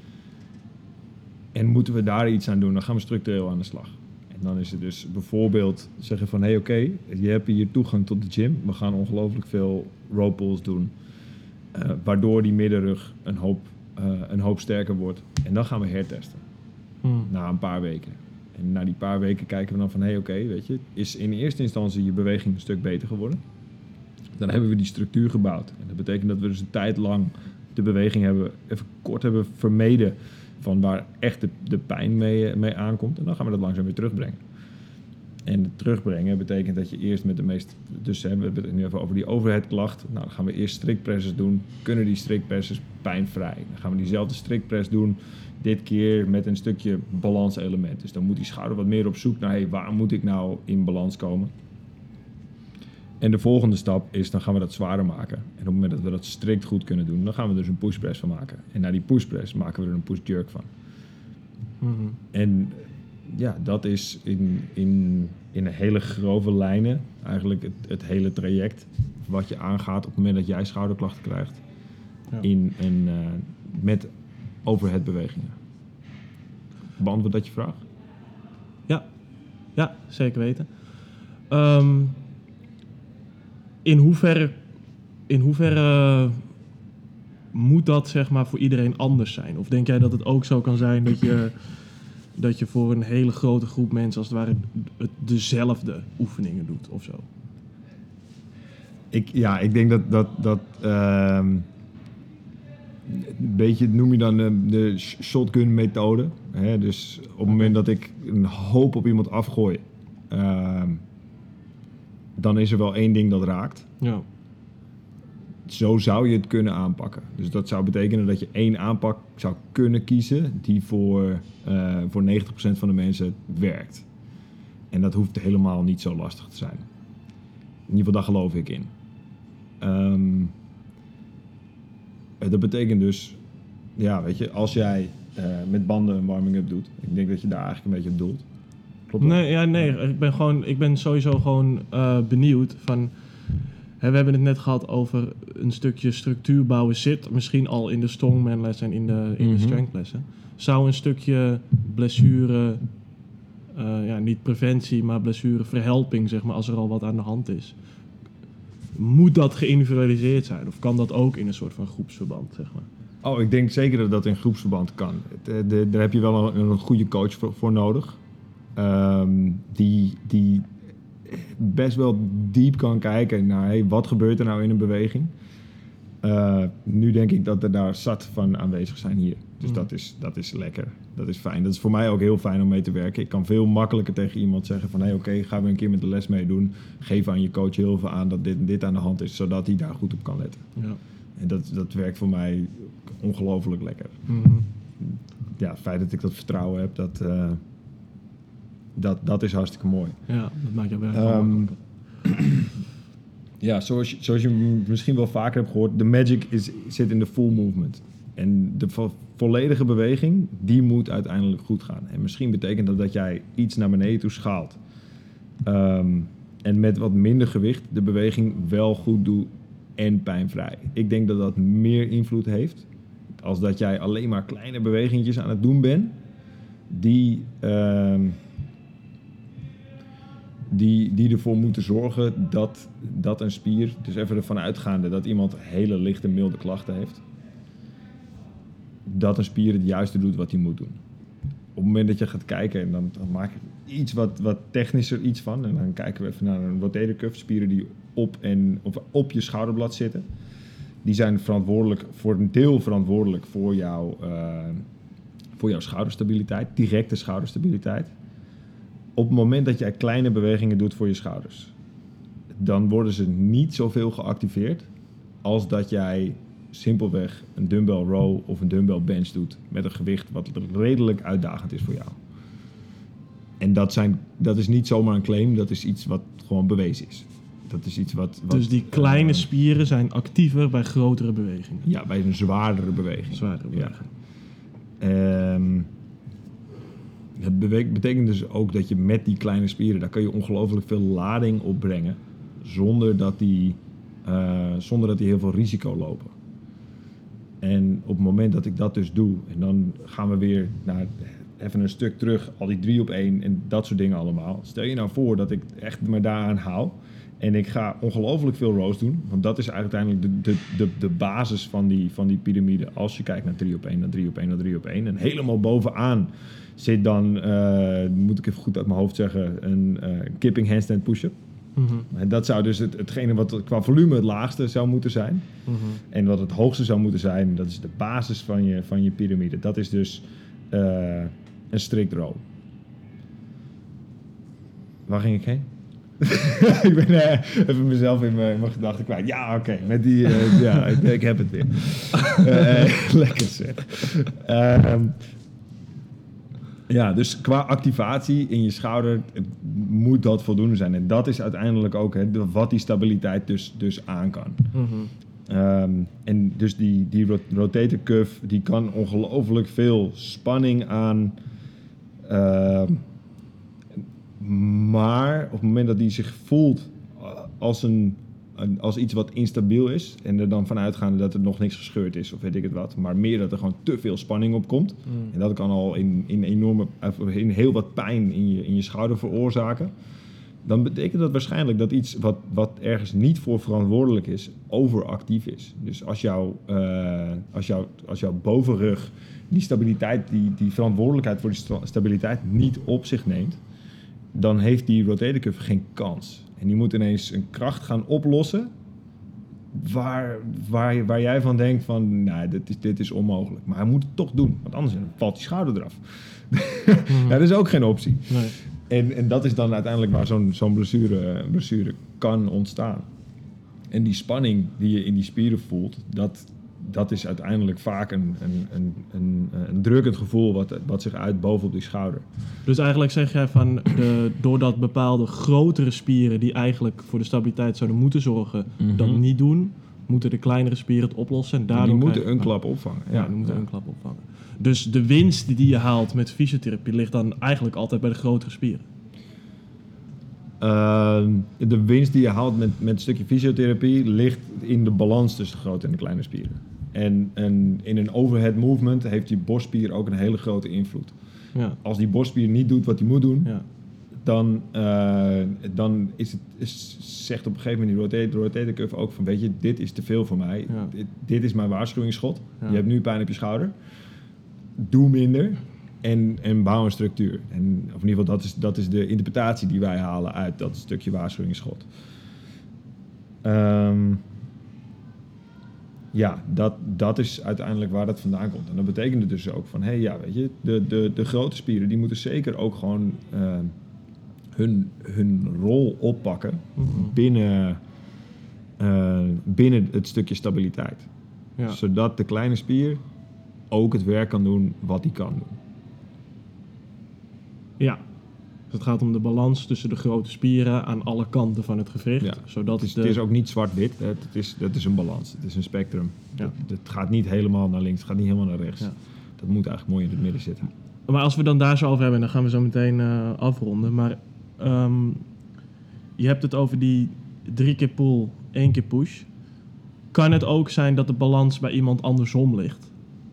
En moeten we daar iets aan doen, dan gaan we structureel aan de slag. En dan is het dus bijvoorbeeld zeggen van, hé hey, oké, okay, je hebt hier toegang tot de gym. We gaan ongelooflijk veel row pulls doen. Uh, waardoor die middenrug een hoop, uh, een hoop sterker wordt. En dan gaan we hertesten. Mm. Na een paar weken. En na die paar weken kijken we dan van, hé hey, oké, okay, weet je, is in eerste instantie je beweging een stuk beter geworden. Dan hebben we die structuur gebouwd. En dat betekent dat we dus een tijd lang de beweging hebben, even kort hebben vermeden van waar echt de, de pijn mee, mee aankomt. En dan gaan we dat langzaam weer terugbrengen. En terugbrengen betekent dat je eerst met de meest... Dus hè, we hebben het nu even over die overhead klacht. Nou, dan gaan we eerst strict presses doen. Kunnen die strict presses pijnvrij? Dan gaan we diezelfde strict press doen. Dit keer met een stukje balanselement. Dus dan moet die schouder wat meer op zoek naar... Hey, waar moet ik nou in balans komen? En de volgende stap is, dan gaan we dat zwaarder maken. En op het moment dat we dat strikt goed kunnen doen, dan gaan we dus een pushpress van maken. En na die pushpress maken we er een push-jerk van. Mm-hmm. En ja, dat is in, in, in een hele grove lijnen eigenlijk het, het hele traject wat je aangaat op het moment dat jij schouderklachten krijgt. Ja. In een, uh, met overhead bewegingen. Beantwoord dat je vraag? Ja, ja, zeker weten. Um, in hoeverre, in hoeverre moet dat zeg maar voor iedereen anders zijn? Of denk jij dat het ook zo kan zijn dat je, dat je voor een hele grote groep mensen als het ware het dezelfde oefeningen doet of zo? Ik, ja, ik denk dat dat, dat uh, een beetje noem je dan de, de shotgun methode. Hè? Dus op het moment dat ik een hoop op iemand afgooi, uh, dan is er wel één ding dat raakt. Ja. Zo zou je het kunnen aanpakken. Dus dat zou betekenen dat je één aanpak zou kunnen kiezen die voor, uh, voor negentig procent van de mensen werkt. En dat hoeft helemaal niet zo lastig te zijn. In ieder geval, daar geloof ik in. Um, dat betekent dus, ja, weet je, als jij uh, met banden een warming-up doet, ik denk dat je daar eigenlijk een beetje op doelt. Klopt dat? Nee, ja, nee, ik ben gewoon, ik ben sowieso gewoon uh, benieuwd van. Hè, we hebben het net gehad over een stukje structuur bouwen zit misschien al in de strongman-les en in de, in Mm-hmm. de strength-lessen. Zou een stukje blessure, uh, ja, niet preventie, maar blessureverhelping, zeg maar, als er al wat aan de hand is. Moet dat geïndividualiseerd zijn? Of kan dat ook in een soort van groepsverband, zeg maar? Oh, ik denk zeker dat dat in groepsverband kan. De, de, daar heb je wel een, een goede coach voor, voor nodig. Um, die, die best wel diep kan kijken naar hey, wat gebeurt er nou in een beweging. Uh, nu denk ik dat er daar zat van aanwezig zijn hier. Dus Mm. dat, is, dat is lekker. Dat is fijn. Dat is voor mij ook heel fijn om mee te werken. Ik kan veel makkelijker tegen iemand zeggen van... hé, hey, oké, okay, ga weer een keer met de les meedoen. Geef aan je coach heel veel aan dat dit en dit aan de hand is... zodat hij daar goed op kan letten. Ja. En dat, dat werkt voor mij ongelooflijk lekker. Mm-hmm. Ja, het feit dat ik dat vertrouwen heb, dat, uh, dat, dat is hartstikke mooi. Ja, dat maakt jou werk Um, Ja, zoals je, zoals je misschien wel vaker hebt gehoord, de magic is, zit in de full movement. En de vo- volledige beweging, die moet uiteindelijk goed gaan. En misschien betekent dat dat jij iets naar beneden toe schaalt. Um, en met wat minder gewicht de beweging wel goed doet en pijnvrij. Ik denk dat dat meer invloed heeft als dat jij alleen maar kleine bewegingjes aan het doen bent. Die... Um, Die, die ervoor moeten zorgen dat, dat een spier, dus even ervan uitgaande dat iemand hele lichte, milde klachten heeft, dat een spier het juiste doet wat hij moet doen. Op het moment dat je gaat kijken, en dan, dan maak ik iets wat, wat technischer iets van, en dan kijken we even naar een rotator cuff, spieren die op, en, of op je schouderblad zitten. Die zijn verantwoordelijk, voor een deel verantwoordelijk voor, jou, uh, voor jouw schouderstabiliteit, directe schouderstabiliteit. Op het moment dat jij kleine bewegingen doet voor je schouders, dan worden ze niet zoveel geactiveerd als dat jij simpelweg een dumbbell row of een dumbbell bench doet met een gewicht wat redelijk uitdagend is voor jou. En dat, zijn, dat is niet zomaar een claim, dat is iets wat gewoon bewezen is. Dat is iets wat, wat, dus die kleine uh, spieren zijn actiever bij grotere bewegingen? Ja, bij een zwaardere beweging. Zwaardere beweging. Ja. Um, Het betekent dus ook dat je met die kleine spieren, daar kan je ongelooflijk veel lading opbrengen, zonder dat die, uh, zonder dat die heel veel risico lopen. En op het moment dat ik dat dus doe, en dan gaan we weer naar even een stuk terug, al die drie op één en dat soort dingen allemaal. Stel je nou voor dat ik echt me daaraan hou en ik ga ongelooflijk veel rows doen, want dat is uiteindelijk de, de, de, de basis van die, van die piramide. Als je kijkt naar drie op één, naar drie op één, naar drie op één en helemaal bovenaan zit dan, uh, moet ik even goed uit mijn hoofd zeggen, een uh, kipping handstand push-up. Mm-hmm. En dat zou dus het, hetgene wat qua volume het laagste zou moeten zijn. Mm-hmm. En wat het hoogste zou moeten zijn, dat is de basis van je, van je piramide. Dat is dus uh, een strict row. Waar ging ik heen? ik ben uh, even mezelf in mijn, in mijn gedachten kwijt. Ja, oké, okay, met die, uh, ja, ik, ik heb het weer. uh, lekker zeg. Uh, Ja, dus qua activatie in je schouder moet dat voldoende zijn. En dat is uiteindelijk ook hè, wat die stabiliteit dus, dus aan kan. Mm-hmm. Um, en dus die, die rotator cuff, die kan ongelooflijk veel spanning aan. Uh, maar op het moment dat die zich voelt als, een, een, als iets wat instabiel is, en er dan vanuitgaande dat er nog niks gescheurd is of weet ik het wat, maar meer dat er gewoon te veel spanning op komt. Mm. En dat kan al in, in, enorme, in heel wat pijn in je, in je schouder veroorzaken. Dan betekent dat waarschijnlijk dat iets wat, wat ergens niet voor verantwoordelijk is, overactief is. Dus als, jou, uh, als, jou, als jouw bovenrug die stabiliteit, die, die verantwoordelijkheid voor die stabiliteit niet op zich neemt, dan heeft die rotator cuff geen kans. En die moet ineens een kracht gaan oplossen waar, waar, waar jij van denkt van, nou, dit is, dit is onmogelijk. Maar hij moet het toch doen, want anders valt die schouder eraf. Mm-hmm. Ja, dat is ook geen optie. Nee. En, en dat is dan uiteindelijk waar zo'n, zo'n blessure, blessure kan ontstaan. En die spanning die je in die spieren voelt, dat, dat is uiteindelijk vaak een, een, een, een, een drukkend gevoel wat, wat zich uit bovenop die schouder. Dus eigenlijk zeg jij van, de, doordat bepaalde grotere spieren die eigenlijk voor de stabiliteit zouden moeten zorgen, mm-hmm. dat niet doen, moeten de kleinere spieren het oplossen. En daardoor en die moeten krijg... een klap opvangen. Ja, ja die moeten ja. een klap opvangen. Dus de winst die je haalt met fysiotherapie ligt dan eigenlijk altijd bij de grotere spieren? Uh, de winst die je haalt met, met een stukje fysiotherapie ligt in de balans tussen de grote en de kleine spieren. En, en in een overhead movement heeft die borstspier ook een hele grote invloed. Ja. Als die borstspier niet doet wat hij moet doen, ja. dan, uh, dan is het, is, zegt op een gegeven moment die rotator, rotator cuff ook van, weet je, dit is te veel voor mij. Ja. Dit, dit is mijn waarschuwingsschot. Ja. Je hebt nu pijn op je schouder. Doe minder. En, en bouw een structuur. En, of in ieder geval, dat is, dat is de interpretatie die wij halen uit dat stukje waarschuwingsschot. Um, ja, dat, dat is uiteindelijk waar dat vandaan komt. En dat betekent het dus ook van, hé, hey, ja, weet je, de, de, de grote spieren, die moeten zeker ook gewoon uh, hun, hun rol oppakken mm-hmm. binnen, uh, binnen het stukje stabiliteit. Ja. Zodat de kleine spier ook het werk kan doen wat hij kan doen. Ja. Dus het gaat om de balans tussen de grote spieren aan alle kanten van het gewricht. Ja, zodat het, is, de... het is ook niet zwart-wit. Het is, het is een balans. Het is een spectrum. Ja. Het, het gaat niet helemaal naar links. Het gaat niet helemaal naar rechts. Ja. Dat moet eigenlijk mooi in het midden zitten. Maar als we dan daar zo over hebben, dan gaan we zo meteen uh, afronden. Maar um, je hebt het over die drie keer pull, één keer push. Kan het ook zijn dat de balans bij iemand andersom ligt?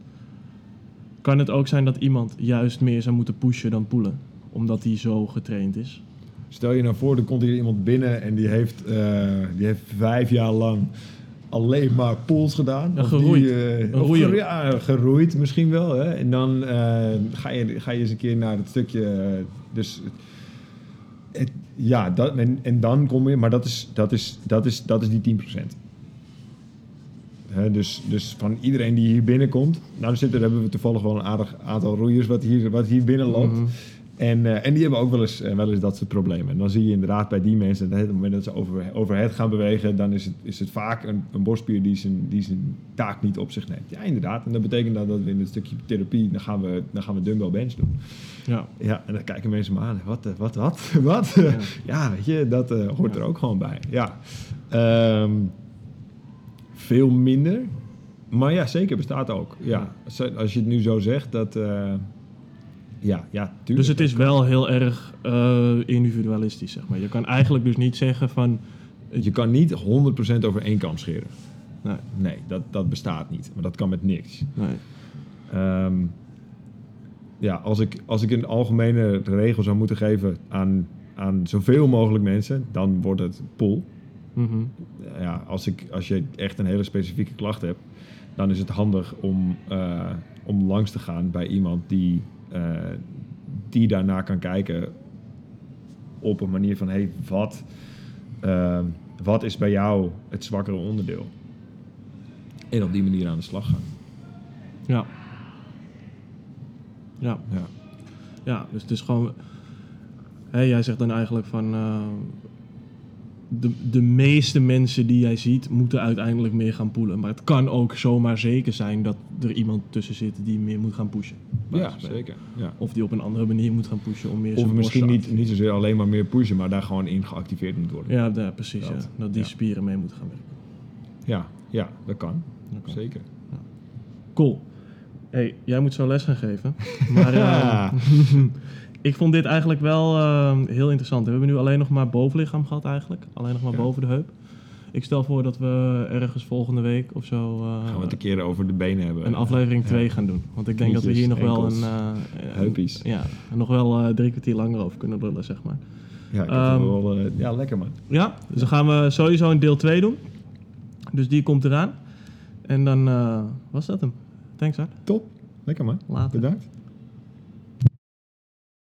Kan het ook zijn dat iemand juist meer zou moeten pushen dan pullen? Omdat hij zo getraind is. Stel je nou voor, er komt hier iemand binnen en die heeft, uh, die heeft vijf jaar lang alleen maar pulls gedaan. Ja, geroeid. Die, uh, of ger- ja, geroeid misschien wel. Hè? En dan uh, ga, je, ga je eens een keer naar het stukje... Uh, dus het, ja, dat, en, en dan kom je... Maar dat is, dat is, dat is, dat is die tien procent. He, dus, dus van iedereen die hier binnenkomt... Nou, zitten, hebben we toevallig wel een aardig aantal roeiers wat hier, wat hier binnen loopt. Mm-hmm. En, uh, en die hebben ook wel eens, uh, wel eens dat soort problemen. En dan zie je inderdaad bij die mensen... dat op het moment dat ze over, overhead gaan bewegen... dan is het, is het vaak een, een borstspier die zijn, die zijn taak niet op zich neemt. Ja, inderdaad. En dat betekent dan dat we in het stukje therapie... dan gaan we, dan gaan we dumbbell bench doen. Ja. Ja, en dan kijken mensen me aan. Wat, wat, wat? wat? Ja. ja, weet je, dat uh, hoort ja. er ook gewoon bij. Ja. Um, veel minder. Maar ja, zeker bestaat ook. Ja. Als je het nu zo zegt, dat... Uh, Ja, ja, tuurlijk. Dus het is wel heel erg uh, individualistisch, zeg maar. Je kan eigenlijk dus niet zeggen van... Je kan niet honderd procent over één kam scheren. Nee, nee dat, dat bestaat niet. Maar dat kan met niks. Nee. Um, ja, als ik, als ik een algemene regel zou moeten geven aan, aan zoveel mogelijk mensen... dan wordt het pull. Mm-hmm. Ja, als, ik, als je echt een hele specifieke klacht hebt... dan is het handig om, uh, om langs te gaan bij iemand die... Uh, die daarna kan kijken op een manier van... hé, hey, wat, uh, wat is bij jou het zwakkere onderdeel? En op die manier aan de slag gaan. Ja. Ja. Ja, ja dus het is gewoon... Hey, jij zegt dan eigenlijk van... Uh, de, de meeste mensen die jij ziet... moeten uiteindelijk meer gaan pullen. Maar het kan ook zomaar zeker zijn... dat er iemand tussen zit die meer moet gaan pushen. Ja, zeker. Ja. Of die op een andere manier moet gaan pushen om meer... Of misschien niet, niet zozeer alleen maar meer pushen... maar daar gewoon in geactiveerd moet worden. Ja, ja precies. Dat, ja. dat die ja. spieren mee moeten gaan werken. Ja, ja dat kan. Dat kan. Zeker. Ja. Cool. Hey, jij moet zo les gaan geven. Maar uh, ik vond dit eigenlijk wel uh, heel interessant. We hebben nu alleen nog maar bovenlichaam gehad eigenlijk. Alleen nog maar ja. boven de heup. Ik stel voor dat we ergens volgende week of zo... Uh, gaan we het een keer over de benen hebben. Een aflevering twee ja. gaan doen. Want ik denk Knietjes, dat we hier nog enkels, wel een... Uh, heupies. Ja, nog wel uh, drie kwartier langer over kunnen lullen, zeg maar. Ja, ik um, wel, uh, ja lekker man. Ja, dus dan gaan we sowieso een deel twee doen. Dus die komt eraan. En dan uh, was dat hem. Thanks, Art. Top. Lekker man. Later. Bedankt.